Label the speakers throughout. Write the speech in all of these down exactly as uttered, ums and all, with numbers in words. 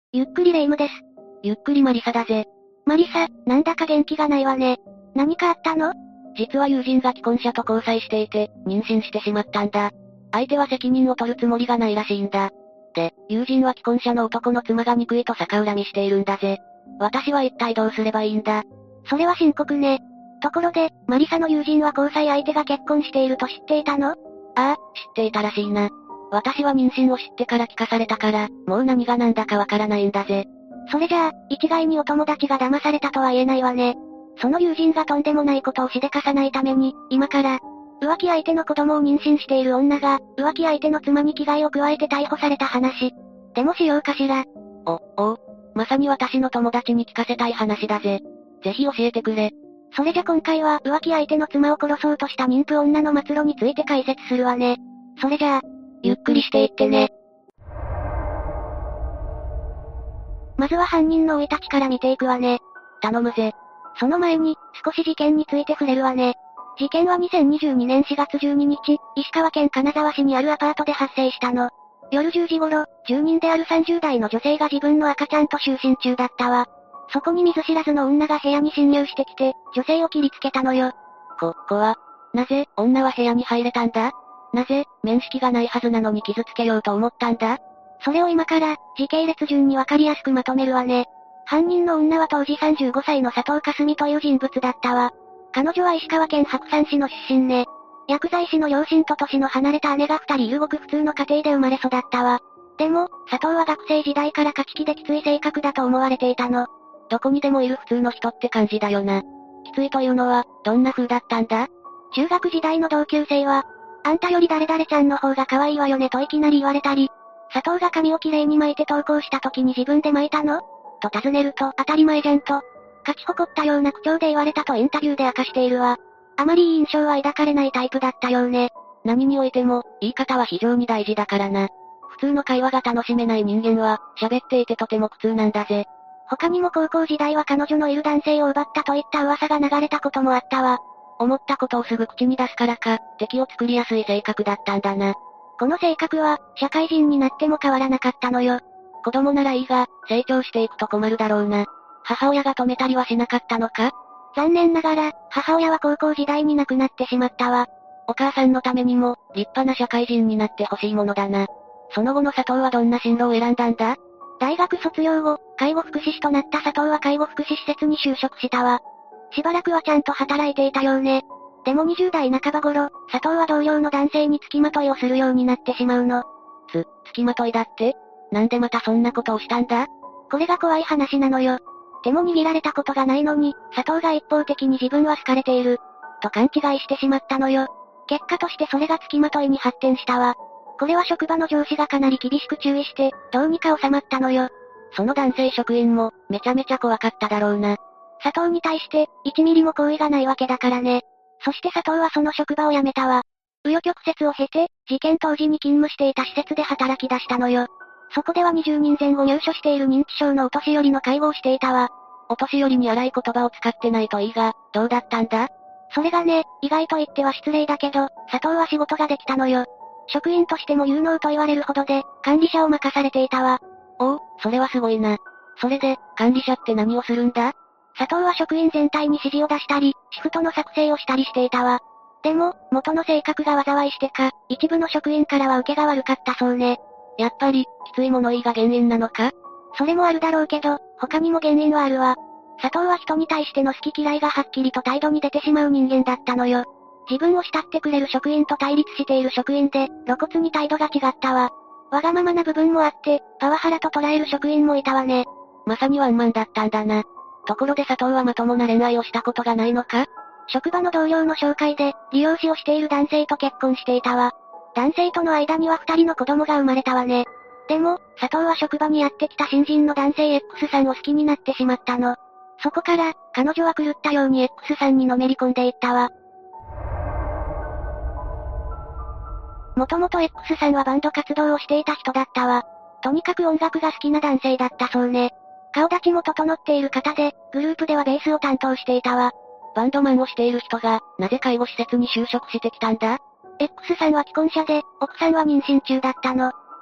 Speaker 1: ゆっくりレ夢ムです。
Speaker 2: ゆっくりマリサだぜ。
Speaker 1: マリサ、なんだか元気がないわね。何かあったの？
Speaker 2: 実は友人が既婚者と交際していて、妊娠してしまったんだ。相手は責任を取るつもりがないらしいんだ。で、友人は既婚者の男の妻が憎いと逆恨みしているんだぜ。私は一体どうすればいいんだ？
Speaker 1: それは深刻ね。ところで、マリサの友人は交際相手が結婚していると知っていたの？
Speaker 2: ああ、知っていたらしいな。私は妊娠を知ってから聞かされたから、もう何が何だかわからないんだぜ。
Speaker 1: それじゃあ、一概にお友達が騙されたとは言えないわね。その友人がとんでもないことをしでかさないために、今から、浮気相手の子供を妊娠している女が、浮気相手の妻に危害を加えて逮捕された話。でもしようかしら。
Speaker 2: お、おう。まさに私の友達に聞かせたい話だぜ。ぜひ教えてくれ。
Speaker 1: それじゃ今回は浮気相手の妻を殺そうとした妊婦女の末路について解説するわね。それじゃあ、
Speaker 2: ゆっくりしていってね。
Speaker 1: まずは犯人の生い立ちから見ていくわね。
Speaker 2: 頼むぜ。
Speaker 1: その前に、少し事件について触れるわね。事件はにせんにじゅうにねんしがつじゅうににち、石川県金沢市にあるアパートで発生したの。夜じゅうじ頃、住人であるさんじゅうだいの女性が自分の赤ちゃんと就寝中だったわ。そこに見ず知らずの女が部屋に侵入してきて、女性を切りつけたのよ。
Speaker 2: こ、こは、なぜ、女は部屋に入れたんだ？なぜ、面識がないはずなのに傷つけようと思ったんだ？
Speaker 1: それを今から、時系列順にわかりやすくまとめるわね。犯人の女は当時さんじゅうごさいの佐藤かすみという人物だったわ。彼女は石川県白山市の出身ね。薬剤師の両親と年の離れた姉が二人いるごく普通の家庭で生まれ育ったわ。でも、佐藤は学生時代から勝ち気できつい性格だと思われていたの。
Speaker 2: どこにでもいる普通の人って感じだよな。きついというのは、どんな風だったんだ？
Speaker 1: 中学時代の同級生は、あんたより誰々ちゃんの方が可愛いわよねといきなり言われたり、佐藤が髪をきれいに巻いて投稿した時に自分で巻いたの？と尋ねると当たり前じゃんと、勝ち誇ったような口調で言われたとインタビューで明かしているわ。あまりいい印象は抱かれないタイプだったようね。
Speaker 2: 何においても、言い方は非常に大事だからな。普通の会話が楽しめない人間は、喋っていてとても苦痛なんだぜ。
Speaker 1: 他にも高校時代は彼女のいる男性を奪ったといった噂が流れたこともあったわ。
Speaker 2: 思ったことをすぐ口に出すからか、敵を作りやすい性格だったんだな。
Speaker 1: この性格は、社会人になっても変わらなかったのよ。
Speaker 2: 子供ならいいが、成長していくと困るだろうな。母親が止めたりはしなかったのか？
Speaker 1: 残念ながら、母親は高校時代に亡くなってしまったわ。
Speaker 2: お母さんのためにも、立派な社会人になってほしいものだな。その後の佐藤はどんな進路を選んだんだ？
Speaker 1: 大学卒業後、介護福祉士となった佐藤は介護福祉施設に就職したわ。しばらくはちゃんと働いていたようね。でもにじゅうだいなかば頃、佐藤は同僚の男性に付きまといをするようになってしまうの。
Speaker 2: つ、付きまといだって？なんでまたそんなことをしたんだ？
Speaker 1: これが怖い話なのよ。手も握られたことがないのに、佐藤が一方的に自分は好かれている、と勘違いしてしまったのよ。結果としてそれが付きまといに発展したわ。これは職場の上司がかなり厳しく注意して、どうにか収まったのよ。
Speaker 2: その男性職員も、めちゃめちゃ怖かっただろうな。
Speaker 1: 佐藤に対して、いちミリも好意がないわけだからね。そして佐藤はその職場を辞めたわ。紆余曲折を経て、事件当時に勤務していた施設で働き出したのよ。そこではにじゅうにんぜん後入所している認知症のお年寄りの介護をしていたわ。
Speaker 2: お年寄りに荒い言葉を使ってないといいが、どうだったんだ？
Speaker 1: それがね、意外と言っては失礼だけど、佐藤は仕事ができたのよ。職員としても有能と言われるほどで、管理者を任されていたわ。
Speaker 2: おお、それはすごいな。それで、管理者って何をするんだ？
Speaker 1: 佐藤は職員全体に指示を出したり、シフトの作成をしたりしていたわ。でも、元の性格が災いしてか、一部の職員からは受けが悪かったそうね。
Speaker 2: やっぱり、きつい物言いが原因なのか？
Speaker 1: それもあるだろうけど、他にも原因はあるわ。佐藤は人に対しての好き嫌いがはっきりと態度に出てしまう人間だったのよ。自分を慕ってくれる職員と対立している職員で、露骨に態度が違ったわ。わがままな部分もあって、パワハラと捉える職員もいたわね。
Speaker 2: まさにワンマンだったんだな。ところで佐藤はまともな恋愛をしたことがないのか？
Speaker 1: 職場の同僚の紹介で、利用しをしている男性と結婚していたわ。男性との間には二人の子供が生まれたわね。でも、佐藤は職場にやってきた新人の男性 X さんを好きになってしまったの。そこから、彼女は狂ったように X さんにのめり込んでいったわ。もともと X さんはバンド活動をしていた人だったわ。とにかく音楽が好きな男性だったそうね。顔立ちも整っている方で、グループではベースを担当していたわ。
Speaker 2: バンドマンをしている人が、なぜ介護施設に就職してきたんだ？
Speaker 1: X さんは既婚者で、奥さんは妊娠中だったの。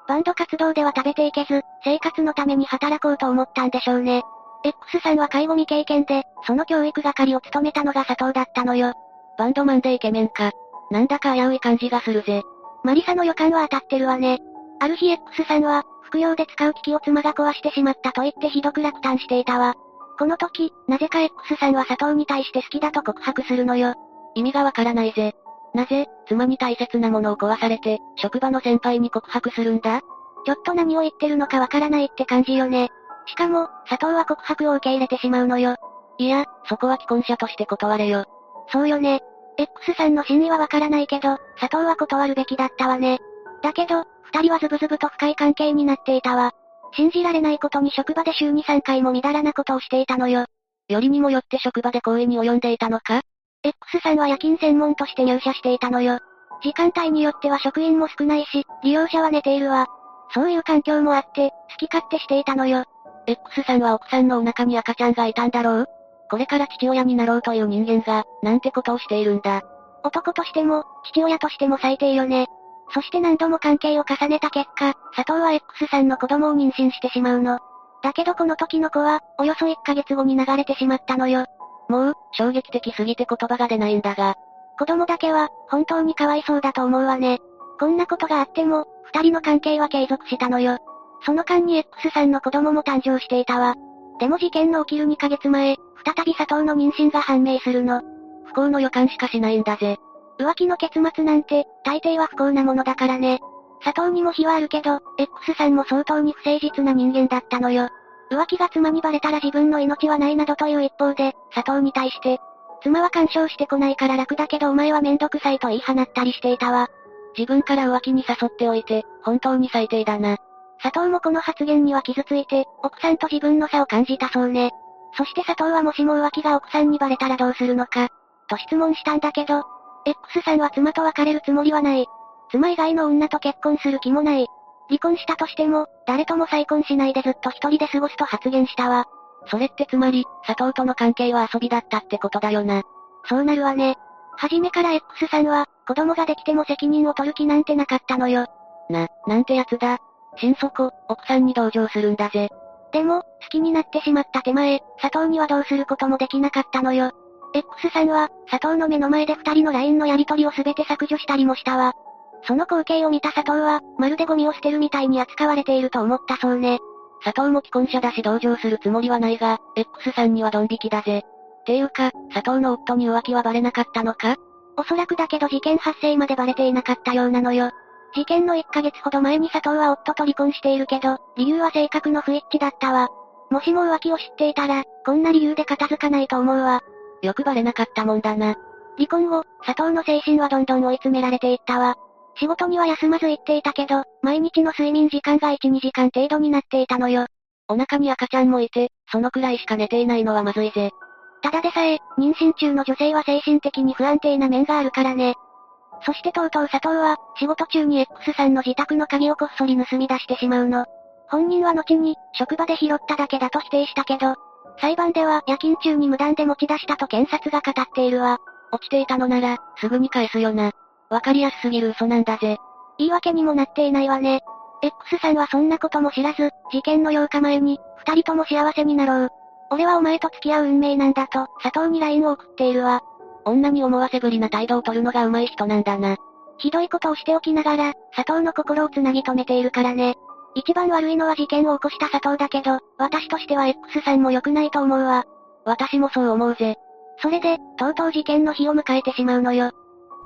Speaker 1: バンド活動では食べていけず、生活のために働こうと思ったんでしょうね。X さんは介護未経験で、その教育係を務めたのが佐藤だったのよ。
Speaker 2: バンドマンでイケメンか。なんだか危うい感じがするぜ。
Speaker 1: マリサの予感は当たってるわね。ある日 X さんは、服用で使う機器を妻が壊してしまったと言ってひどく落胆していたわ。この時、なぜか X さんは佐藤に対して好きだと告白するのよ。
Speaker 2: 意味がわからないぜ。なぜ、妻に大切なものを壊されて、職場の先輩に告白するんだ？
Speaker 1: ちょっと何を言ってるのかわからないって感じよね。しかも、佐藤は告白を受け入れてしまうのよ。
Speaker 2: いや、そこは既婚者として断れよ。
Speaker 1: そうよね。X さんの真意はわからないけど、佐藤は断るべきだったわね。だけど、二人はズブズブと深い関係になっていたわ。信じられないことに職場で週にさんかいもみだらなことをしていたのよ。
Speaker 2: よりにもよって職場で行為に及んでいたのか？
Speaker 1: X さんは夜勤専門として入社していたのよ。時間帯によっては職員も少ないし、利用者は寝ているわ。そういう環境もあって、好き勝手していたのよ。
Speaker 2: X さんは奥さんのお腹に赤ちゃんがいたんだろう？これから父親になろうという人間が、なんてことをしているんだ。
Speaker 1: 男としても、父親としても最低よね。そして何度も関係を重ねた結果、佐藤は X さんの子供を妊娠してしまうの。だけどこの時の子は、およそいっかげつごに流れてしまったのよ。
Speaker 2: もう、衝撃的すぎて言葉が出ないんだが。
Speaker 1: 子供だけは、本当にかわいそうだと思うわね。こんなことがあっても、二人の関係は継続したのよ。その間に X さんの子供も誕生していたわ。でも事件の起きるにかげつまえ、再び佐藤の妊娠が判明するの。
Speaker 2: 不幸の予感しかしないんだぜ。
Speaker 1: 浮気の結末なんて、大抵は不幸なものだからね。佐藤にも非はあるけど、X さんも相当に不誠実な人間だったのよ。浮気が妻にバレたら自分の命はないなどという一方で、佐藤に対して、妻は干渉してこないから楽だけどお前はめんどくさいと言い放ったりしていたわ。
Speaker 2: 自分から浮気に誘っておいて、本当に最低だな。
Speaker 1: 佐藤もこの発言には傷ついて、奥さんと自分の差を感じたそうね。そして佐藤はもしも浮気が奥さんにバレたらどうするのか、と質問したんだけど、X さんは妻と別れるつもりはない。妻以外の女と結婚する気もない。離婚したとしても、誰とも再婚しないでずっと一人で過ごすと発言したわ。
Speaker 2: それってつまり、佐藤との関係は遊びだったってことだよな。
Speaker 1: そうなるわね。初めから X さんは、子供ができても責任を取る気なんてなかったのよ。
Speaker 2: な、なんてやつだ。心底、奥さんに同情するんだぜ。
Speaker 1: でも、好きになってしまった手前、佐藤にはどうすることもできなかったのよ。X さんは、佐藤の目の前で二人の ライン のやり取りをすべて削除したりもしたわ。その光景を見た佐藤は、まるでゴミを捨てるみたいに扱われていると思ったそうね。
Speaker 2: 佐藤も既婚者だし同情するつもりはないが、X さんにはドン引きだぜ。ていうか、佐藤の夫に浮気はバレなかったのか？
Speaker 1: おそらくだけど事件発生までバレていなかったようなのよ。事件のいっかげつほど前に佐藤は夫と離婚しているけど、理由は性格の不一致だったわ。もしも浮気を知っていたら、こんな理由で片付かないと思うわ。
Speaker 2: よくバレなかったもんだな。
Speaker 1: 離婚後、佐藤の精神はどんどん追い詰められていったわ。仕事には休まず行っていたけど、毎日の睡眠時間がいち、にじかん程度になっていたのよ。
Speaker 2: お腹に赤ちゃんもいて、そのくらいしか寝ていないのはまずいぜ。
Speaker 1: ただでさえ、妊娠中の女性は精神的に不安定な面があるからね。そしてとうとう佐藤は、仕事中に X さんの自宅の鍵をこっそり盗み出してしまうの。本人は後に、職場で拾っただけだと否定したけど、裁判では夜勤中に無断で持ち出したと検察が語っているわ。
Speaker 2: 落ちていたのなら、すぐに返すよな。わかりやすすぎる嘘なんだぜ。
Speaker 1: 言い訳にもなっていないわね。X さんはそんなことも知らず、事件のようかまえに、二人とも幸せになろう。俺はお前と付き合う運命なんだと、佐藤に ライン を送っているわ。
Speaker 2: 女に思わせぶりな態度を取るのが上手い人なんだな。
Speaker 1: ひどいことをしておきながら、佐藤の心をつなぎ止めているからね。一番悪いのは事件を起こした佐藤だけど、私としては X さんも良くないと思うわ。
Speaker 2: 私もそう思うぜ。
Speaker 1: それで、とうとう事件の日を迎えてしまうのよ。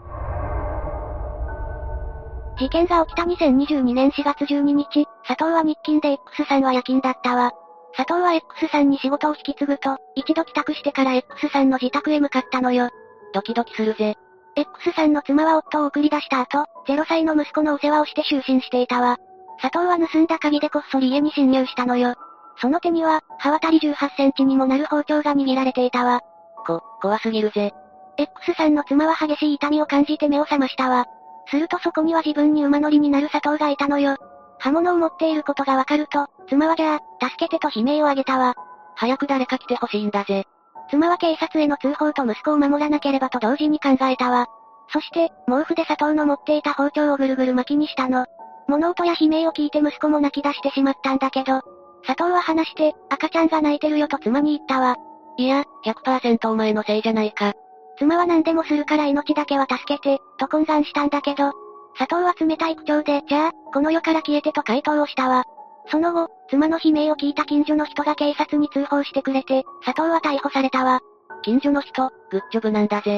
Speaker 1: 事件が起きたにせんにじゅうにねんしがつじゅうににち、佐藤は日勤で X さんは夜勤だったわ。佐藤は X さんに仕事を引き継ぐと、一度帰宅してから X さんの自宅へ向かったのよ。
Speaker 2: ドキドキするぜ。
Speaker 1: X さんの妻は夫を送り出した後、ゼロさいの息子のお世話をして就寝していたわ。佐藤は盗んだ鍵でこっそり家に侵入したのよ。その手には、刃渡りじゅうはちセンチにもなる包丁が握られていたわ。
Speaker 2: こ、怖すぎるぜ。
Speaker 1: X さんの妻は激しい痛みを感じて目を覚ましたわ。するとそこには自分に馬乗りになる佐藤がいたのよ。刃物を持っていることがわかると、妻はじゃあ、助けてと悲鳴を上げたわ。
Speaker 2: 早く誰か来てほしいんだぜ。
Speaker 1: 妻は警察への通報と息子を守らなければと同時に考えたわ。そして、毛布で佐藤の持っていた包丁をぐるぐる巻きにしたの。 物音や悲鳴を聞いて息子も泣き出してしまったんだけど、佐藤は話して、赤ちゃんが泣いてるよと妻に言ったわ。
Speaker 2: いや、ひゃくパーセント お前のせいじゃないか。
Speaker 1: 妻は何でもするから命だけは助けて、と懇願したんだけど、佐藤は冷たい口調で、じゃあ、この世から消えてと回答をしたわ。その後、妻の悲鳴を聞いた近所の人が警察に通報してくれて、佐藤は逮捕されたわ。
Speaker 2: 近所の人、グッジョブなんだぜ。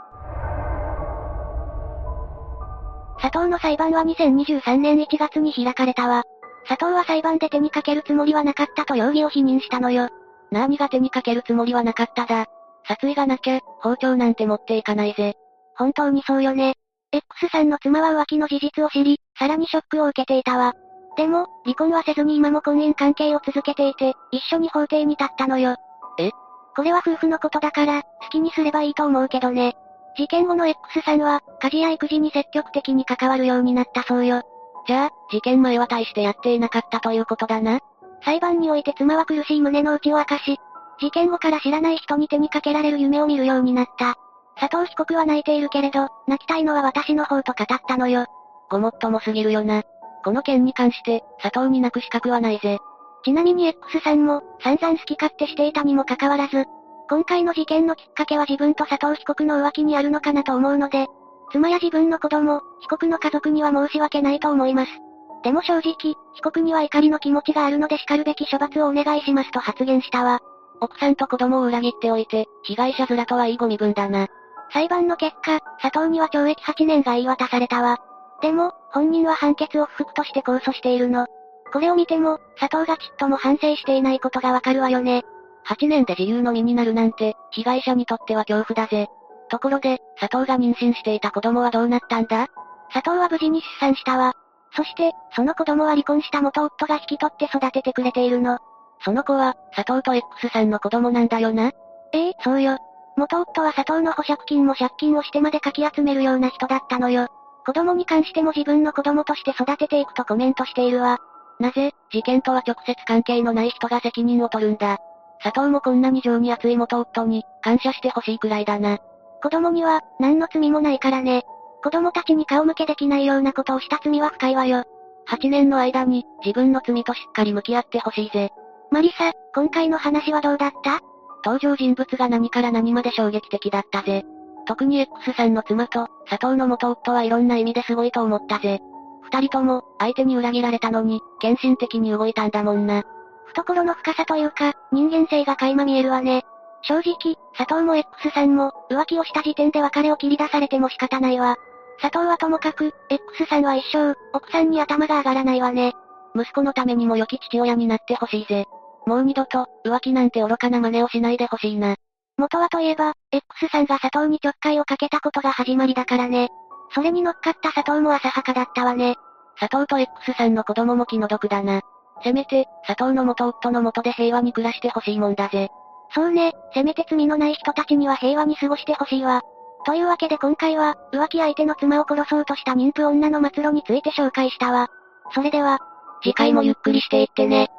Speaker 1: 佐藤の裁判はにせんにじゅうさんねんいちがつに開かれたわ。佐藤は裁判で手にかけるつもりはなかったと容疑を否認したのよ。
Speaker 2: なーにが手にかけるつもりはなかっただ。殺意がなきゃ、包丁なんて持っていかないぜ。
Speaker 1: 本当にそうよね。X さんの妻は浮気の事実を知り、さらにショックを受けていたわ。でも、離婚はせずに今も婚姻関係を続けていて、一緒に法廷に立ったのよ。
Speaker 2: え？
Speaker 1: これは夫婦のことだから、好きにすればいいと思うけどね。事件後の X さんは、家事や育児に積極的に関わるようになったそうよ。
Speaker 2: じゃあ、事件前は大してやっていなかったということだな。
Speaker 1: 裁判において妻は苦しい胸の内を明かし、事件後から知らない人に手にかけられる夢を見るようになった。佐藤被告は泣いているけれど、泣きたいのは私の方と語ったのよ。
Speaker 2: ごもっともすぎるよな。この件に関して、佐藤に泣く資格はないぜ。
Speaker 1: ちなみに X さんも、散々好き勝手していたにもかかわらず、今回の事件のきっかけは自分と佐藤被告の浮気にあるのかなと思うので、妻や自分の子供、被告の家族には申し訳ないと思います。でも正直、被告には怒りの気持ちがあるので叱るべき処罰をお願いしますと発言したわ。
Speaker 2: 奥さんと子供を裏切っておいて、被害者面とはいいご身分だな。
Speaker 1: 裁判の結果、佐藤には懲役はちねんが言い渡されたわ。でも、本人は判決を不服として控訴しているの。これを見ても、佐藤がちっとも反省していないことがわかるわよね。
Speaker 2: はちねんで自由の身になるなんて、被害者にとっては恐怖だぜ。ところで、佐藤が妊娠していた子供はどうなったんだ？
Speaker 1: 佐藤は無事に出産したわ。そして、その子供は離婚した元夫が引き取って育ててくれているの。
Speaker 2: その子は、佐藤と X さんの子供なんだよな？
Speaker 1: ええ、そうよ。元夫は佐藤の保釈金も借金をしてまでかき集めるような人だったのよ。子供に関しても自分の子供として育てていくとコメントしているわ。
Speaker 2: なぜ、事件とは直接関係のない人が責任を取るんだ。佐藤もこんなに情に熱い元夫に、感謝してほしいくらいだな。
Speaker 1: 子供には、何の罪もないからね。子供たちに顔向けできないようなことをした罪は深いわよ。
Speaker 2: はちねんの間に、自分の罪としっかり向き合ってほしいぜ。
Speaker 1: マリサ、今回の話はどうだった？
Speaker 2: 登場人物が何から何まで衝撃的だったぜ。特に X さんの妻と、佐藤の元夫はいろんな意味ですごいと思ったぜ。二人とも、相手に裏切られたのに、献身的に動いたんだもんな。
Speaker 1: 懐の深さというか、人間性が垣間見えるわね。正直、佐藤も X さんも、浮気をした時点で別れを切り出されても仕方ないわ。佐藤はともかく、X さんは一生、奥さんに頭が上がらないわね。
Speaker 2: 息子のためにも良き父親になってほしいぜ。もう二度と、浮気なんて愚かな真似をしないでほしいな。
Speaker 1: 元はといえば、X さんが佐藤にちょっかいをかけたことが始まりだからね。それに乗っかった佐藤も浅はかだったわね。
Speaker 2: 佐藤と X さんの子供も気の毒だな。せめて、佐藤の元夫の元で平和に暮らしてほしいもんだぜ。
Speaker 1: そうね、せめて罪のない人たちには平和に過ごしてほしいわ。というわけで今回は、浮気相手の妻を殺そうとした妊婦女の末路について紹介したわ。それでは、
Speaker 2: 次回もゆっくりしていってね。